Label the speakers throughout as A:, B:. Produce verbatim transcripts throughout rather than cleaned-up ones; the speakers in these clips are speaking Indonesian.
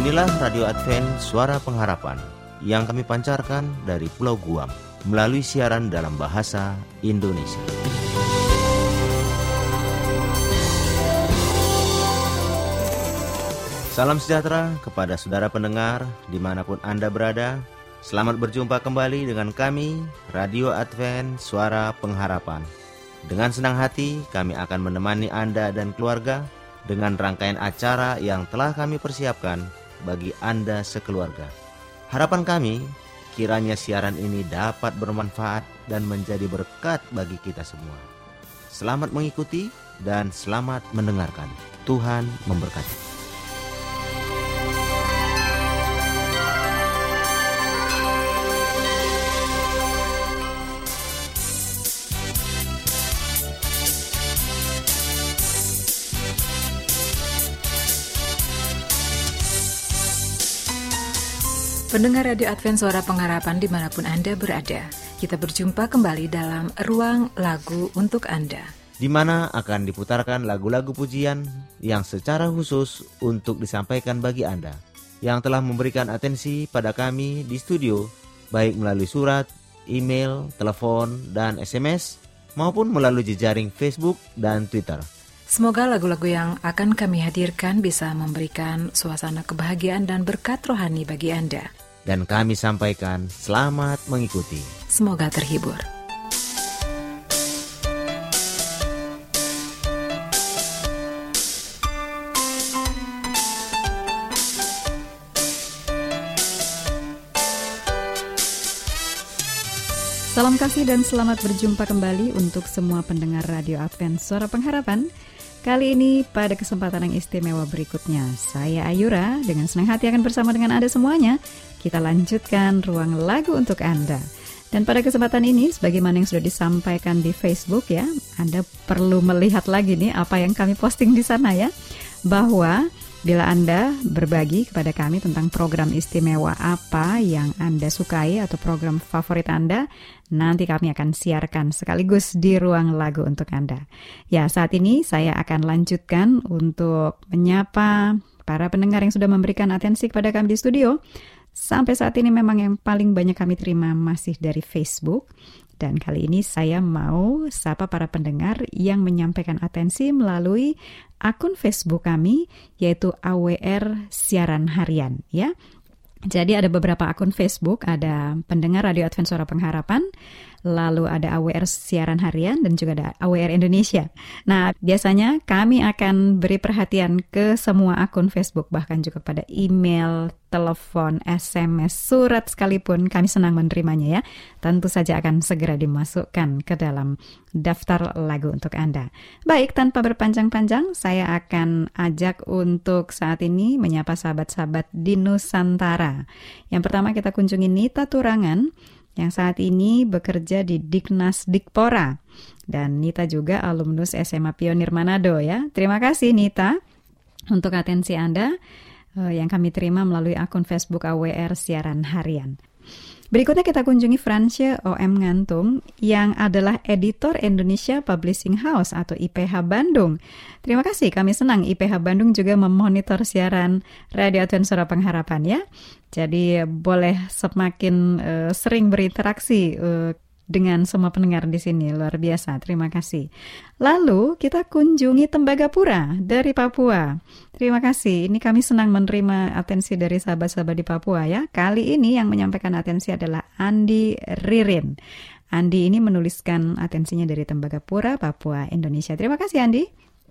A: Inilah Radio Advent Suara Pengharapan yang kami pancarkan dari Pulau Guam melalui siaran dalam bahasa Indonesia. Salam sejahtera kepada saudara pendengar dimanapun Anda berada. Selamat berjumpa kembali dengan kami, Radio Advent Suara Pengharapan. Dengan senang hati kami akan menemani Anda dan keluarga dengan rangkaian acara yang telah kami persiapkan bagi Anda sekeluarga. Harapan kami, kiranya siaran ini dapat bermanfaat dan menjadi berkat bagi kita semua. Selamat mengikuti dan selamat mendengarkan. Tuhan memberkati.
B: Pendengar Radio Advent Suara Pengharapan dimanapun Anda berada, kita berjumpa kembali dalam Ruang Lagu untuk Anda,
A: di mana akan diputarkan lagu-lagu pujian yang secara khusus untuk disampaikan bagi Anda yang telah memberikan atensi pada kami di studio, baik melalui surat, email, telepon, dan S M S, maupun melalui jejaring Facebook dan Twitter.
B: Semoga lagu-lagu yang akan kami hadirkan bisa memberikan suasana kebahagiaan dan berkat rohani bagi Anda.
A: Dan kami sampaikan selamat mengikuti.
B: Semoga terhibur. Salam kasih dan selamat berjumpa kembali untuk semua pendengar Radio Advent Suara Pengharapan. Kali ini pada kesempatan yang istimewa berikutnya, saya Ayura dengan senang hati akan bersama dengan Anda semuanya. Kita lanjutkan ruang lagu untuk Anda. Dan pada kesempatan ini, sebagaimana yang sudah disampaikan di Facebook ya, Anda perlu melihat lagi nih apa yang kami posting di sana ya, bahwa bila Anda berbagi kepada kami tentang program istimewa apa yang Anda sukai atau program favorit Anda, nanti kami akan siarkan sekaligus di ruang lagu untuk Anda. Ya, saat ini saya akan lanjutkan untuk menyapa para pendengar yang sudah memberikan atensi kepada kami di studio. Sampai saat ini memang yang paling banyak kami terima masih dari Facebook. Dan kali ini saya mau sapa para pendengar yang menyampaikan atensi melalui akun Facebook kami, yaitu A W R Siaran Harian ya. Jadi ada beberapa akun Facebook, ada pendengar Radio Advent Suara Pengharapan, lalu ada A W R Siaran Harian, dan juga ada A W R Indonesia. Nah, biasanya kami akan beri perhatian ke semua akun Facebook, bahkan juga pada email, telepon, S M S, surat sekalipun, kami senang menerimanya ya. Tentu saja akan segera dimasukkan ke dalam daftar lagu untuk Anda. Baik, tanpa berpanjang-panjang, saya akan ajak untuk saat ini menyapa sahabat-sahabat di Nusantara. Yang pertama kita kunjungi Nita Turangan, yang saat ini bekerja di Diknas Dikpora. Dan Nita juga alumnus S M A Pionir Manado ya. Terima kasih Nita untuk atensi Anda yang kami terima melalui akun Facebook A W R Siaran Harian. Berikutnya kita kunjungi Francia O M Ngantung yang adalah editor Indonesia Publishing House atau I P H Bandung. Terima kasih, kami senang I P H Bandung juga memonitor siaran Radio Advent Suara Pengharapan ya. Jadi boleh semakin uh, sering berinteraksi uh, dengan semua pendengar di sini, luar biasa, terima kasih. Lalu kita kunjungi Tembagapura dari Papua. Terima kasih, ini kami senang menerima atensi dari sahabat-sahabat di Papua ya. Kali ini yang menyampaikan atensi adalah Andi Ririn. Andi ini menuliskan atensinya dari Tembagapura, Papua, Indonesia. Terima kasih Andi.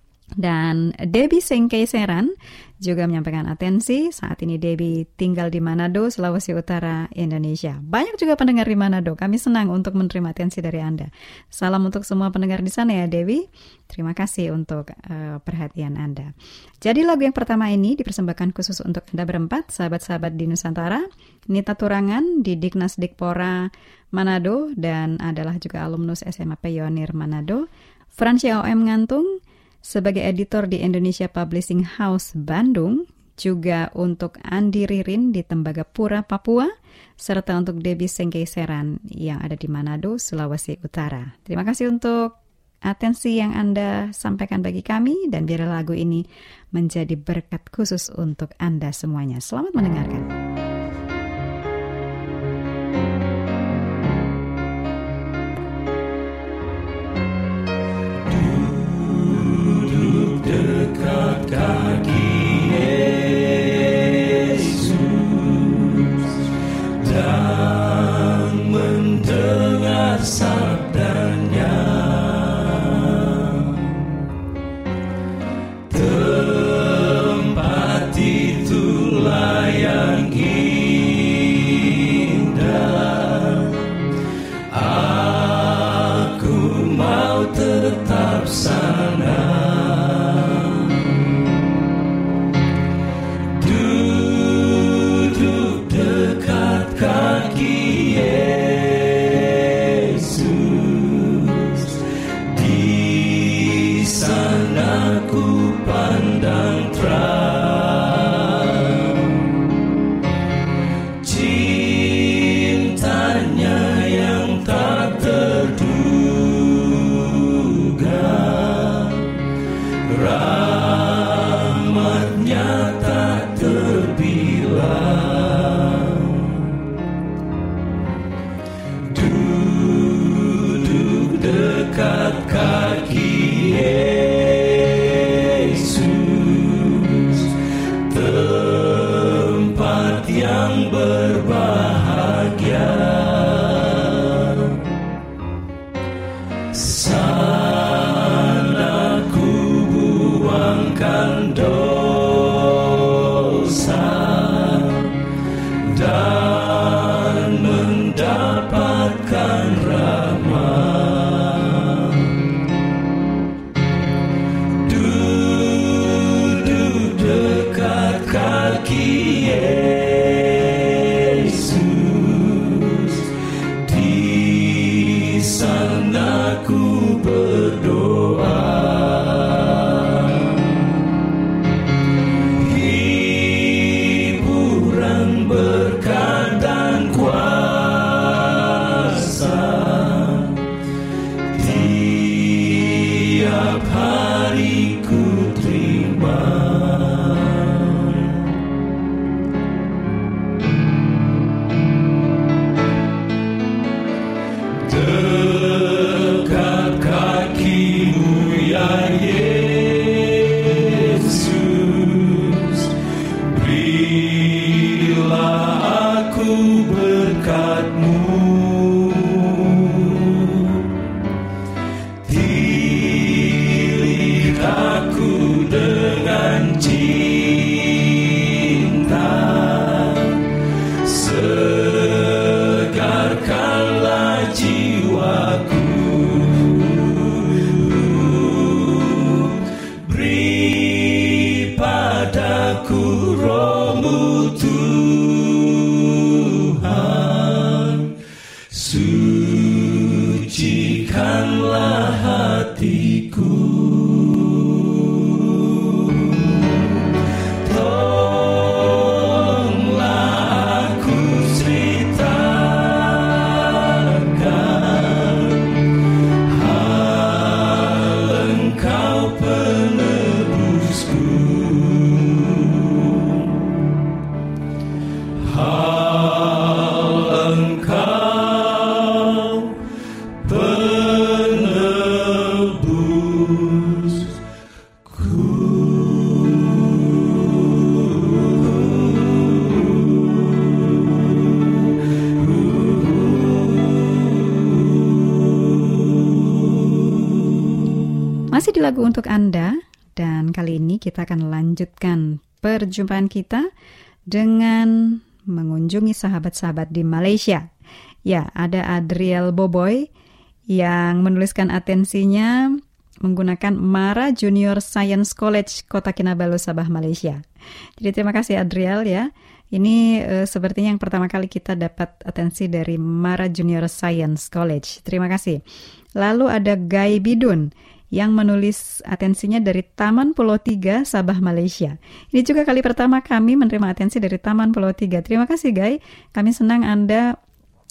B: Dan Debbie Sengkeiseran juga menyampaikan atensi. Saat ini Debbie tinggal di Manado, Sulawesi Utara, Indonesia. Banyak juga pendengar di Manado. Kami senang untuk menerima atensi dari Anda. Salam untuk semua pendengar di sana ya Debbie. Terima kasih untuk uh, perhatian Anda. Jadi lagu yang pertama ini dipersembahkan khusus untuk Anda berempat, sahabat-sahabat di Nusantara. Nita Turangan di Diknas Dikpora Manado dan adalah juga alumnus S M A Pionir Manado. Francia O M Ngantung sebagai editor di Indonesia Publishing House Bandung, juga untuk Andi Ririn di Tembagapura, Papua, serta untuk Debbie Sengkeiseran yang ada di Manado, Sulawesi Utara. Terima kasih untuk atensi yang Anda sampaikan bagi kami, dan biar lagu ini menjadi berkat khusus untuk Anda semuanya. Selamat mendengarkan.
C: Duduk dekat kaki Yesus dan mendengar sabdanya, tempat itulah yang indah. Aku mau tetap sana, duduk dekat kaki Yesus. Di sana ku pandang terang cintanya yang tak terduga, rahmatnya tak terbilang. Duduk dekat kaki Yesus, tempat yang berbahagia. Sana ku buangkan dosa dan mendapatkan rahmat. Duduk dekat kaki Yesus, di sana ku berdoa. Hiburan, berkat dan kuasa tiap hari ku terima. Dekat kakimu ya Yesus, berilah aku berkat-Mu. Pilih aku dengan cinta, segarkanlah jiwaku. Beri padaku Roh-Mu Tuhan, sucikanlah hatiku. Tolonglah aku ceritakan hal Engkau penebusku, hal Engkau penebusku.
B: Masih di lagu untuk Anda, dan kali ini kita akan lanjutkan perjumpaan kita dengan mengunjungi sahabat-sahabat di Malaysia. Ya, ada Adriel Boboy yang menuliskan atensinya menggunakan Mara Junior Science College, Kota Kinabalu, Sabah, Malaysia. Jadi terima kasih Adriel ya. Ini uh, sepertinya yang pertama kali kita dapat atensi dari Mara Junior Science College. Terima kasih. Lalu ada Guy Bidun yang menulis atensinya dari Taman Pulau Tiga, Sabah, Malaysia. Ini juga kali pertama kami menerima atensi dari Taman Pulau Tiga. Terima kasih, Guy. Kami senang Anda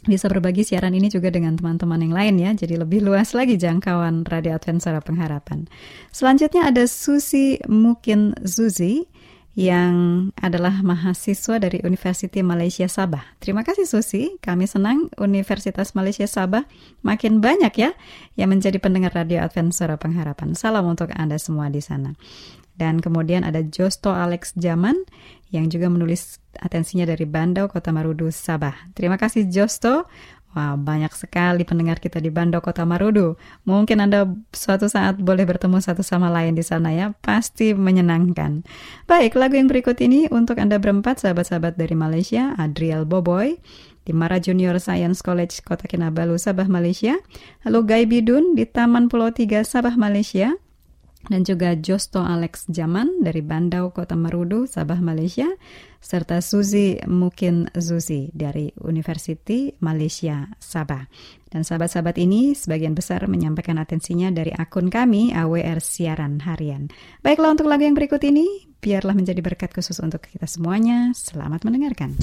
B: bisa berbagi siaran ini juga dengan teman-teman yang lain ya. Jadi lebih luas lagi jangkauan Radio Advent Suara Pengharapan. Selanjutnya ada Susi Mukin Zuzi yang adalah mahasiswa dari University Malaysia Sabah. Terima kasih Susi, kami senang Universitas Malaysia Sabah makin banyak ya yang menjadi pendengar Radio Advent Suara Pengharapan. Salam untuk Anda semua di sana. Dan kemudian ada Josto Alex Jaman yang juga menulis atensinya dari Bandau, Kota Marudu, Sabah. Terima kasih Josto. Wah, banyak sekali pendengar kita di Bandau, Kota Marudu. Mungkin Anda suatu saat boleh bertemu satu sama lain di sana ya. Pasti menyenangkan. Baik, lagu yang berikut ini untuk Anda berempat, sahabat-sahabat dari Malaysia. Adriel Boboy di Mara Junior Science College, Kota Kinabalu, Sabah, Malaysia. Lalu Gai Bidun di Taman Pulau Tiga, Sabah, Malaysia. Dan juga Josto Alex Jaman dari Bandau, Kota Marudu, Sabah, Malaysia. Serta Suzy Mukin Zuzi dari University Malaysia Sabah. Dan sahabat-sahabat ini sebagian besar menyampaikan atensinya dari akun kami A W R Siaran Harian. Baiklah, untuk lagu yang berikut ini biarlah menjadi berkat khusus untuk kita semuanya. Selamat mendengarkan.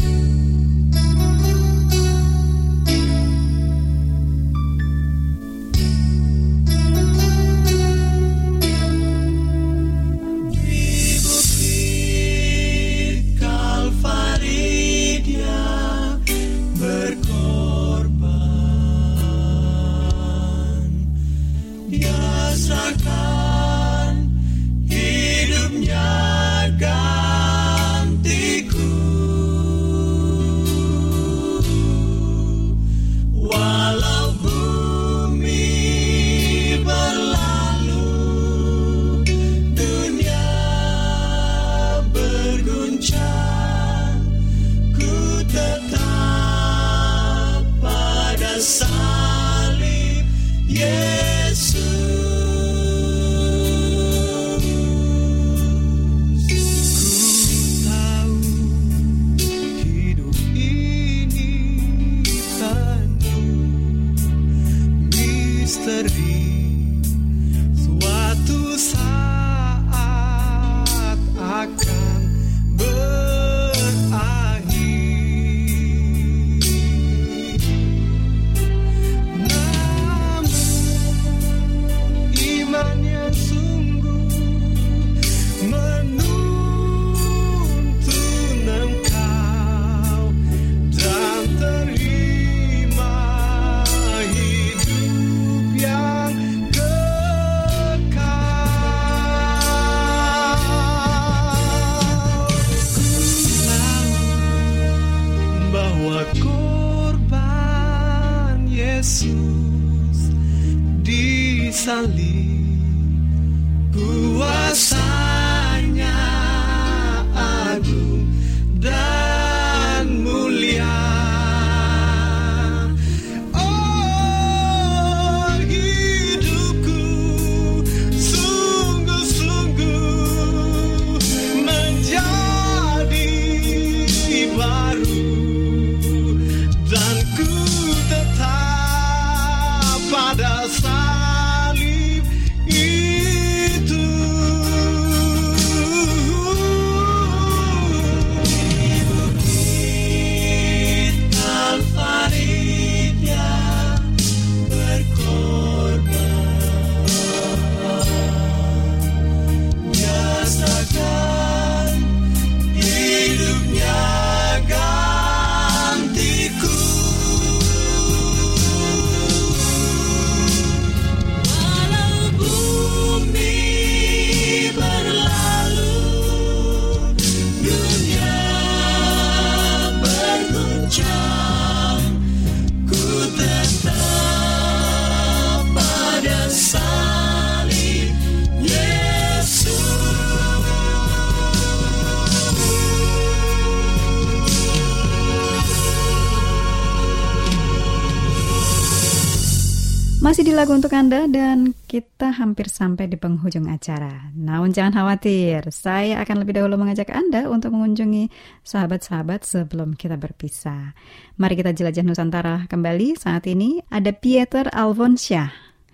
B: Masih di lagu untuk Anda dan kita hampir sampai di penghujung acara. Namun jangan khawatir, saya akan lebih dahulu mengajak Anda untuk mengunjungi sahabat-sahabat sebelum kita berpisah. Mari kita jelajah Nusantara kembali. Saat ini ada Pieter Alfonsyah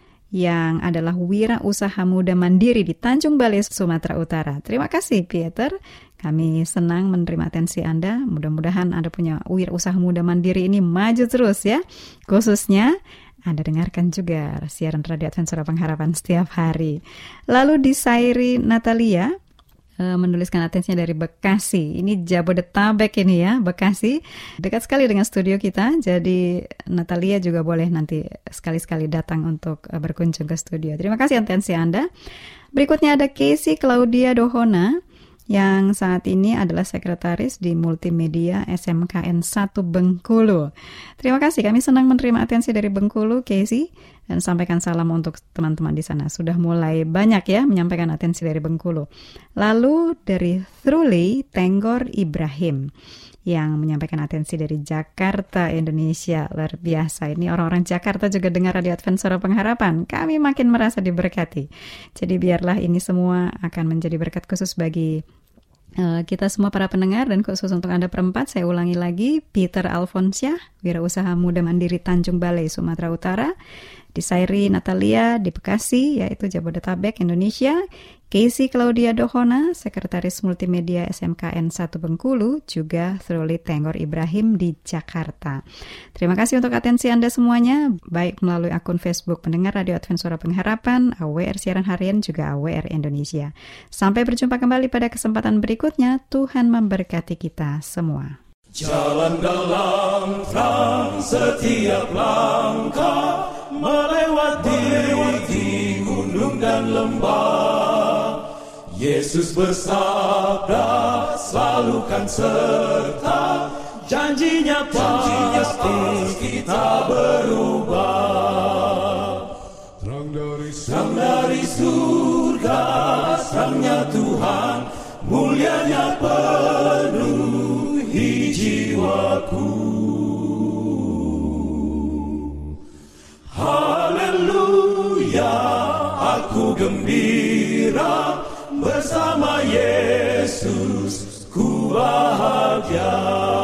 B: yang adalah wira usaha muda mandiri di Tanjung Balai, Sumatera Utara. Terima kasih Pieter, Kami senang menerima atensi Anda. Mudah-mudahan Anda punya wirausaha muda mandiri ini maju terus ya. Khususnya Anda dengarkan juga siaran Radio Advent Suara Pengharapan setiap hari. Lalu di Sairi Natalia uh, menuliskan atensinya dari Bekasi. Ini Jabodetabek ini ya, Bekasi. Dekat sekali dengan studio kita. Jadi Natalia juga boleh nanti sekali-sekali datang untuk uh, berkunjung ke studio. Terima kasih atensi Anda. Berikutnya ada Casey Claudia Dohona yang saat ini adalah sekretaris di Multimedia S M K N satu Bengkulu. Terima kasih, kami senang menerima atensi dari Bengkulu, Casey, dan sampaikan salam untuk teman-teman di sana. Sudah mulai banyak ya menyampaikan atensi dari Bengkulu. Lalu dari Thruli Tenggor Ibrahim yang menyampaikan atensi dari Jakarta, Indonesia. Luar biasa, ini orang-orang Jakarta juga dengar Radio Advent Suara Pengharapan. Kami makin merasa diberkati. Jadi biarlah ini semua akan menjadi berkat khusus bagi uh, kita semua para pendengar, dan khusus untuk Anda perempat. Saya ulangi lagi, Peter Alfonsyah, wirausaha muda mandiri Tanjung Balai, Sumatera Utara. Di Sairi Natalia di Bekasi, yaitu Jabodetabek, Indonesia. Casey Claudia Dohona, sekretaris Multimedia S M K N satu Bengkulu, juga Thruli Tenggor Ibrahim di Jakarta. Terima kasih untuk atensi Anda semuanya, baik melalui akun Facebook Pendengar Radio Advent Suara Pengharapan, A W R Siaran Harian, juga A W R Indonesia. Sampai berjumpa kembali pada kesempatan berikutnya. Tuhan memberkati kita semua.
C: Jalan dalam terang setiap langkah, melewati, melewati gunung dan lembah. Yesus bersabda, selalu kan serta, janjinya pasti kita berubah. Terang dari surga, terang dari surga, terangnya Tuhan, mulianya penuhi jiwaku. Haleluya, aku gembira, bersama Yesus ku bahagia.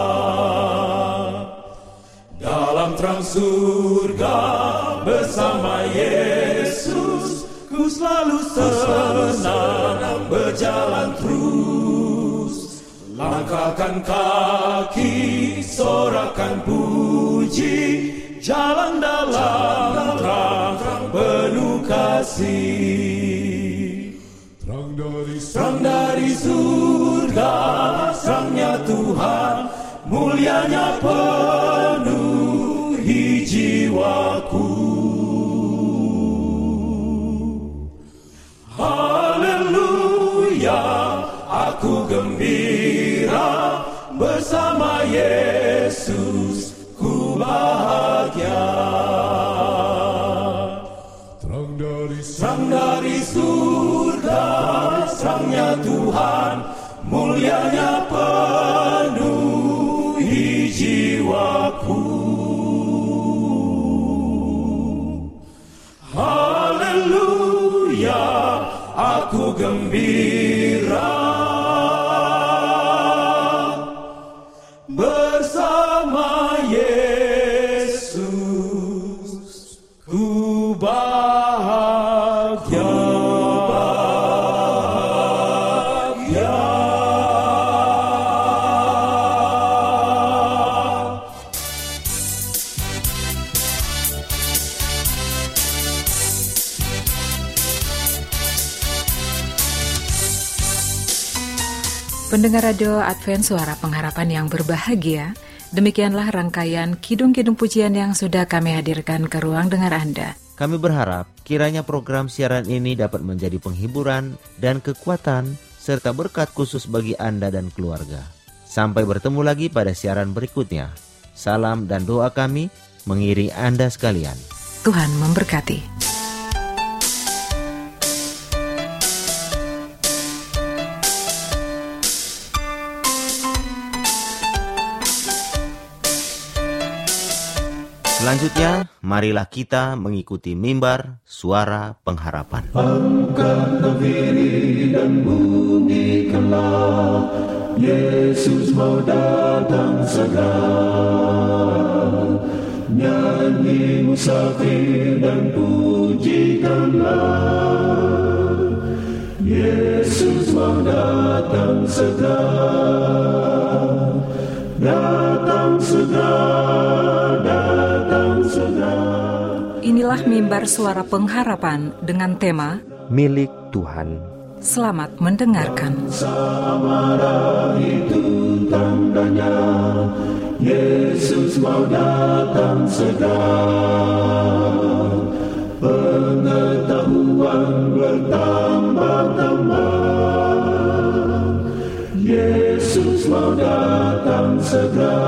C: Dalam terang surga bersama Yesus, ku selalu senang berjalan terus. Langkahkan kaki, sorakan puji, jalan dalam terang penuh kasih. Terang dari surga, terang dari surga, terangnya Tuhan, mulianya penuhi jiwaku. Haleluya, aku gembira, bersama Yesus ku bahagia. Terang dari surga, terang dari surga, terangnya Tuhan, mulianya penuhi jiwaku. Haleluya, aku gembira, bersama Yesus ku bahagia.
D: Pendengar Radio Advent Suara Pengharapan yang berbahagia, demikianlah rangkaian kidung-kidung pujian yang sudah kami hadirkan ke ruang dengar Anda.
A: Kami berharap kiranya program siaran ini dapat menjadi penghiburan dan kekuatan serta berkat khusus bagi Anda dan keluarga. Sampai bertemu lagi pada siaran berikutnya. Salam dan doa kami mengiringi Anda sekalian.
D: Tuhan memberkati.
A: Selanjutnya, marilah kita mengikuti mimbar suara pengharapan.
C: Angkat nafiri dan bunyikanlah, Yesus mau datang segera. Nyanyi musafir dan pujikanlah, Yesus mau datang segera, datang segera, datang segera.
D: Inilah mimbar suara pengharapan dengan tema
E: Milik Tuhan.
D: Selamat mendengarkan.
C: Samara itu tandanya, Yesus mau datang segera. Pengetahuan bertambah-tambah, Yesus mau datang segera,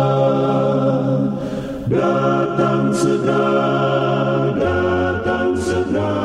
C: datang segera, datang segera,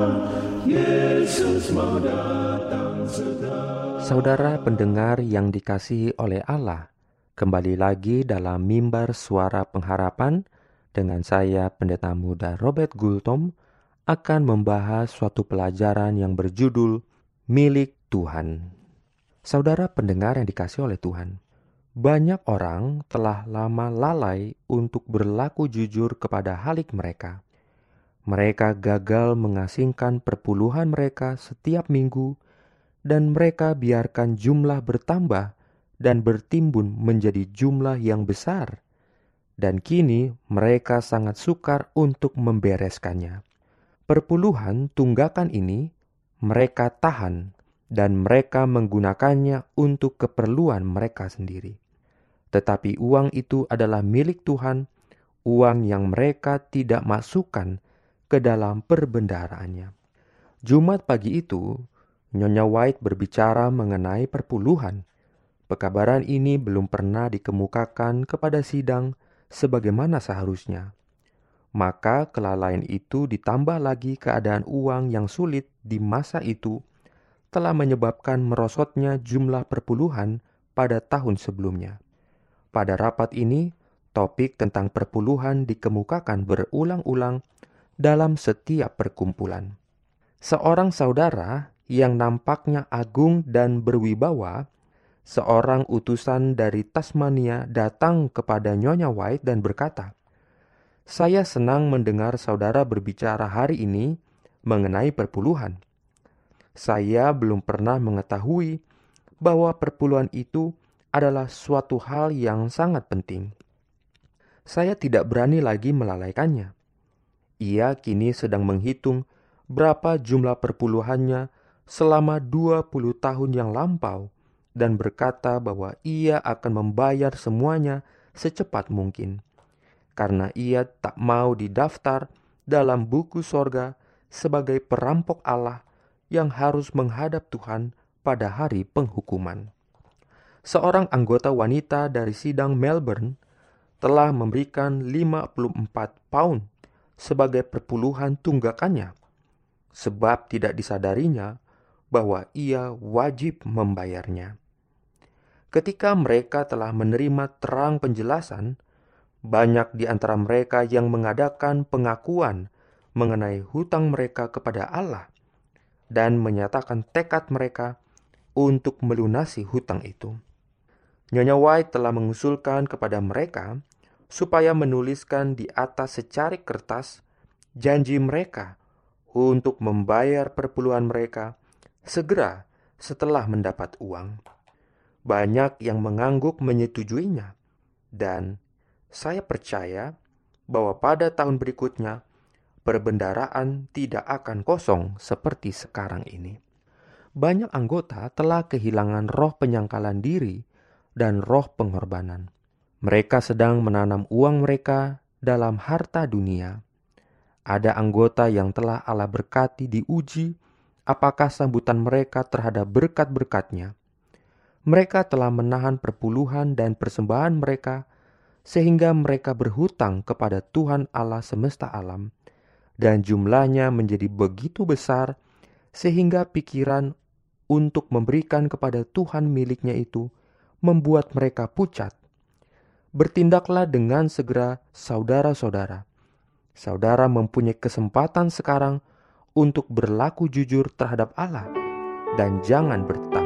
C: Yesus mau datang segera.
E: Saudara pendengar yang dikasihi oleh Allah, kembali lagi dalam mimbar suara pengharapan dengan saya Pendeta Muda Robert Gultom akan membahas suatu pelajaran yang berjudul Milik Tuhan. Saudara pendengar yang dikasihi oleh Tuhan, banyak orang telah lama lalai untuk berlaku jujur kepada halik mereka. Mereka gagal mengasingkan perpuluhan mereka setiap minggu, dan mereka biarkan jumlah bertambah dan bertimbun menjadi jumlah yang besar. Dan kini mereka sangat sukar untuk membereskannya. Perpuluhan tunggakan ini mereka tahan dan mereka menggunakannya untuk keperluan mereka sendiri. Tetapi uang itu adalah milik Tuhan, uang yang mereka tidak masukkan ke dalam perbendaharaannya. Jumat pagi itu, Nyonya White berbicara mengenai perpuluhan. Pekabaran ini belum pernah dikemukakan kepada sidang sebagaimana seharusnya. Maka kelalaian itu ditambah lagi keadaan uang yang sulit di masa itu telah menyebabkan merosotnya jumlah perpuluhan pada tahun sebelumnya. Pada rapat ini, topik tentang perpuluhan dikemukakan berulang-ulang dalam setiap perkumpulan. Seorang saudara yang nampaknya agung dan berwibawa, seorang utusan dari Tasmania datang kepada Nyonya White dan berkata, "Saya senang mendengar saudara berbicara hari ini mengenai perpuluhan. Saya belum pernah mengetahui bahwa perpuluhan itu adalah suatu hal yang sangat penting. Saya tidak berani lagi melalaikannya." Ia kini sedang menghitung berapa jumlah perpuluhannya selama dua puluh tahun yang lampau dan berkata bahwa ia akan membayar semuanya secepat mungkin, karena ia tak mau didaftar dalam buku sorga sebagai perampok Allah yang harus menghadap Tuhan pada hari penghukuman. Seorang anggota wanita dari sidang Melbourne telah memberikan lima puluh empat pound sebagai perpuluhan tunggakannya, sebab tidak disadarinya bahwa ia wajib membayarnya. Ketika mereka telah menerima terang penjelasan, banyak di antara mereka yang mengadakan pengakuan mengenai hutang mereka kepada Allah dan menyatakan tekad mereka untuk melunasi hutang itu. Nyonya White telah mengusulkan kepada mereka supaya menuliskan di atas secarik kertas janji mereka untuk membayar perpuluhan mereka segera setelah mendapat uang. Banyak yang mengangguk menyetujuinya, dan saya percaya bahwa pada tahun berikutnya perbendaharaan tidak akan kosong seperti sekarang ini. Banyak anggota telah kehilangan roh penyangkalan diri dan roh pengorbanan. Mereka sedang menanam uang mereka dalam harta dunia. Ada anggota yang telah Allah berkati diuji apakah sambutan mereka terhadap berkat-berkat-Nya. Mereka telah menahan perpuluhan dan persembahan mereka sehingga mereka berhutang kepada Tuhan Allah semesta alam, dan jumlahnya menjadi begitu besar sehingga pikiran untuk memberikan kepada Tuhan miliknya itu membuat mereka pucat. Bertindaklah dengan segera, saudara-saudara. Saudara mempunyai kesempatan sekarang untuk berlaku jujur terhadap Allah dan jangan bertanggung.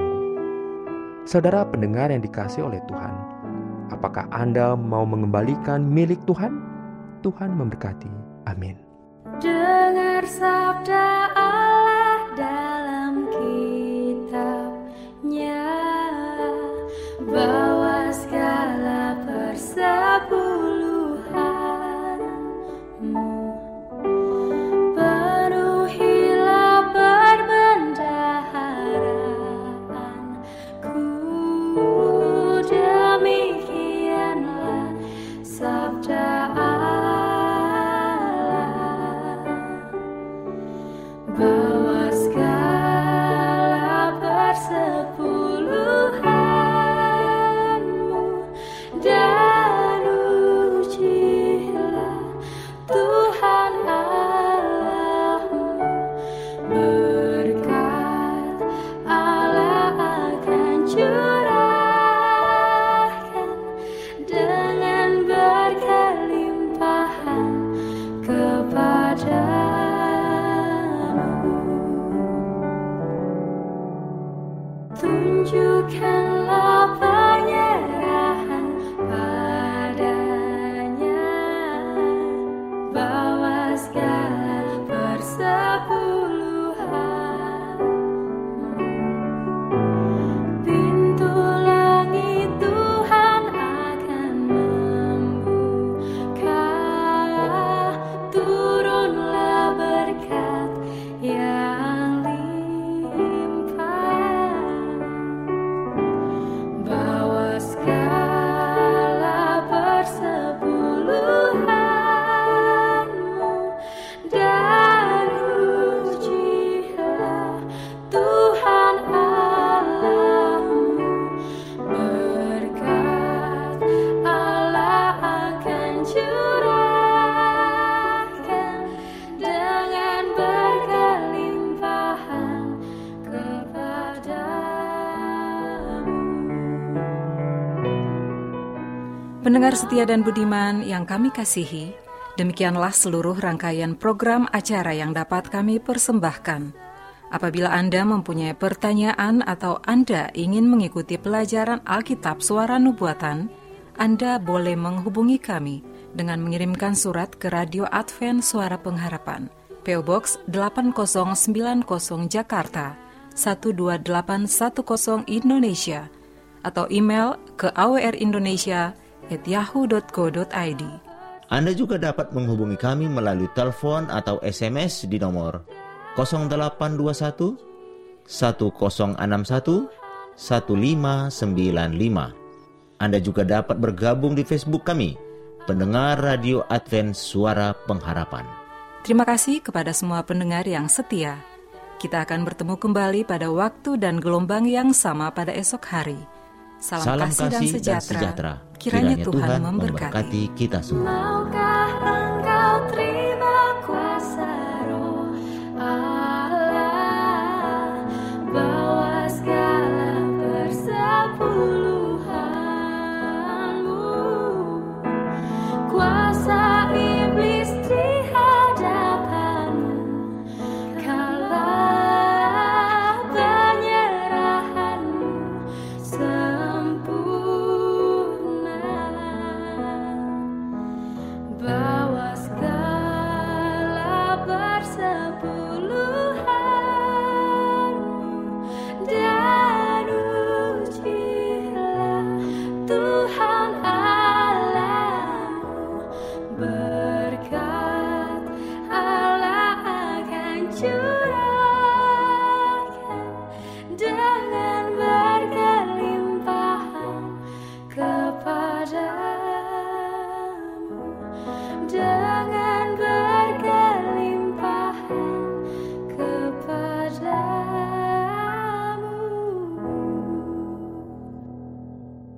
E: Saudara pendengar yang dikasihi oleh Tuhan, apakah Anda mau mengembalikan milik Tuhan? Tuhan memberkati. Amin.
F: Dengar sabda Allah dalam kehidupan. bawa segala persepuluhanmu, penuhilah perbendaharaan-Ku. Demikianlah sabda Allah, bawa segala persepuluhanmu dan ujilah Tuhan Allahmu. Berkat Allah akan curahkan dengan berkelimpahan kepadamu. Tunjukkanlah penyerahan padanya, bawa segala persepuluhanmu. Pintu langit Tuhan akan membuka, turunlah berkat yang limpah, bawa segala persepuluhanmu dan ujilah Tuhan Allahmu. Berkat Allah akan curahkan dengan berkelimpahan kepadamu.
D: Pendengar setia dan budiman yang kami kasihi, demikianlah seluruh rangkaian program acara yang dapat kami persembahkan. Apabila Anda mempunyai pertanyaan atau Anda ingin mengikuti pelajaran Alkitab Suara Nubuatan, Anda boleh menghubungi kami dengan mengirimkan surat ke Radio Advent Suara Pengharapan, P O Box delapan nol sembilan nol Jakarta satu dua delapan satu nol Indonesia, atau email ke a w r indonesia at yahoo dot co dot i d.
A: Anda juga dapat menghubungi kami melalui telepon atau S M S di nomor nol delapan dua satu satu nol enam satu satu lima sembilan lima. Anda juga dapat bergabung di Facebook kami, Pendengar Radio Advent Suara Pengharapan.
D: Terima kasih kepada semua pendengar yang setia. Kita akan bertemu kembali pada waktu dan gelombang yang sama pada esok hari. Salam,
A: Salam
D: kasih, dan,
A: kasih
D: sejahtera.
A: dan sejahtera.
D: Kiranya,
A: Kiranya
D: Tuhan
A: Tuhan
D: memberkati.
A: memberkati kita semua.
F: Maukah engkau terima kuasa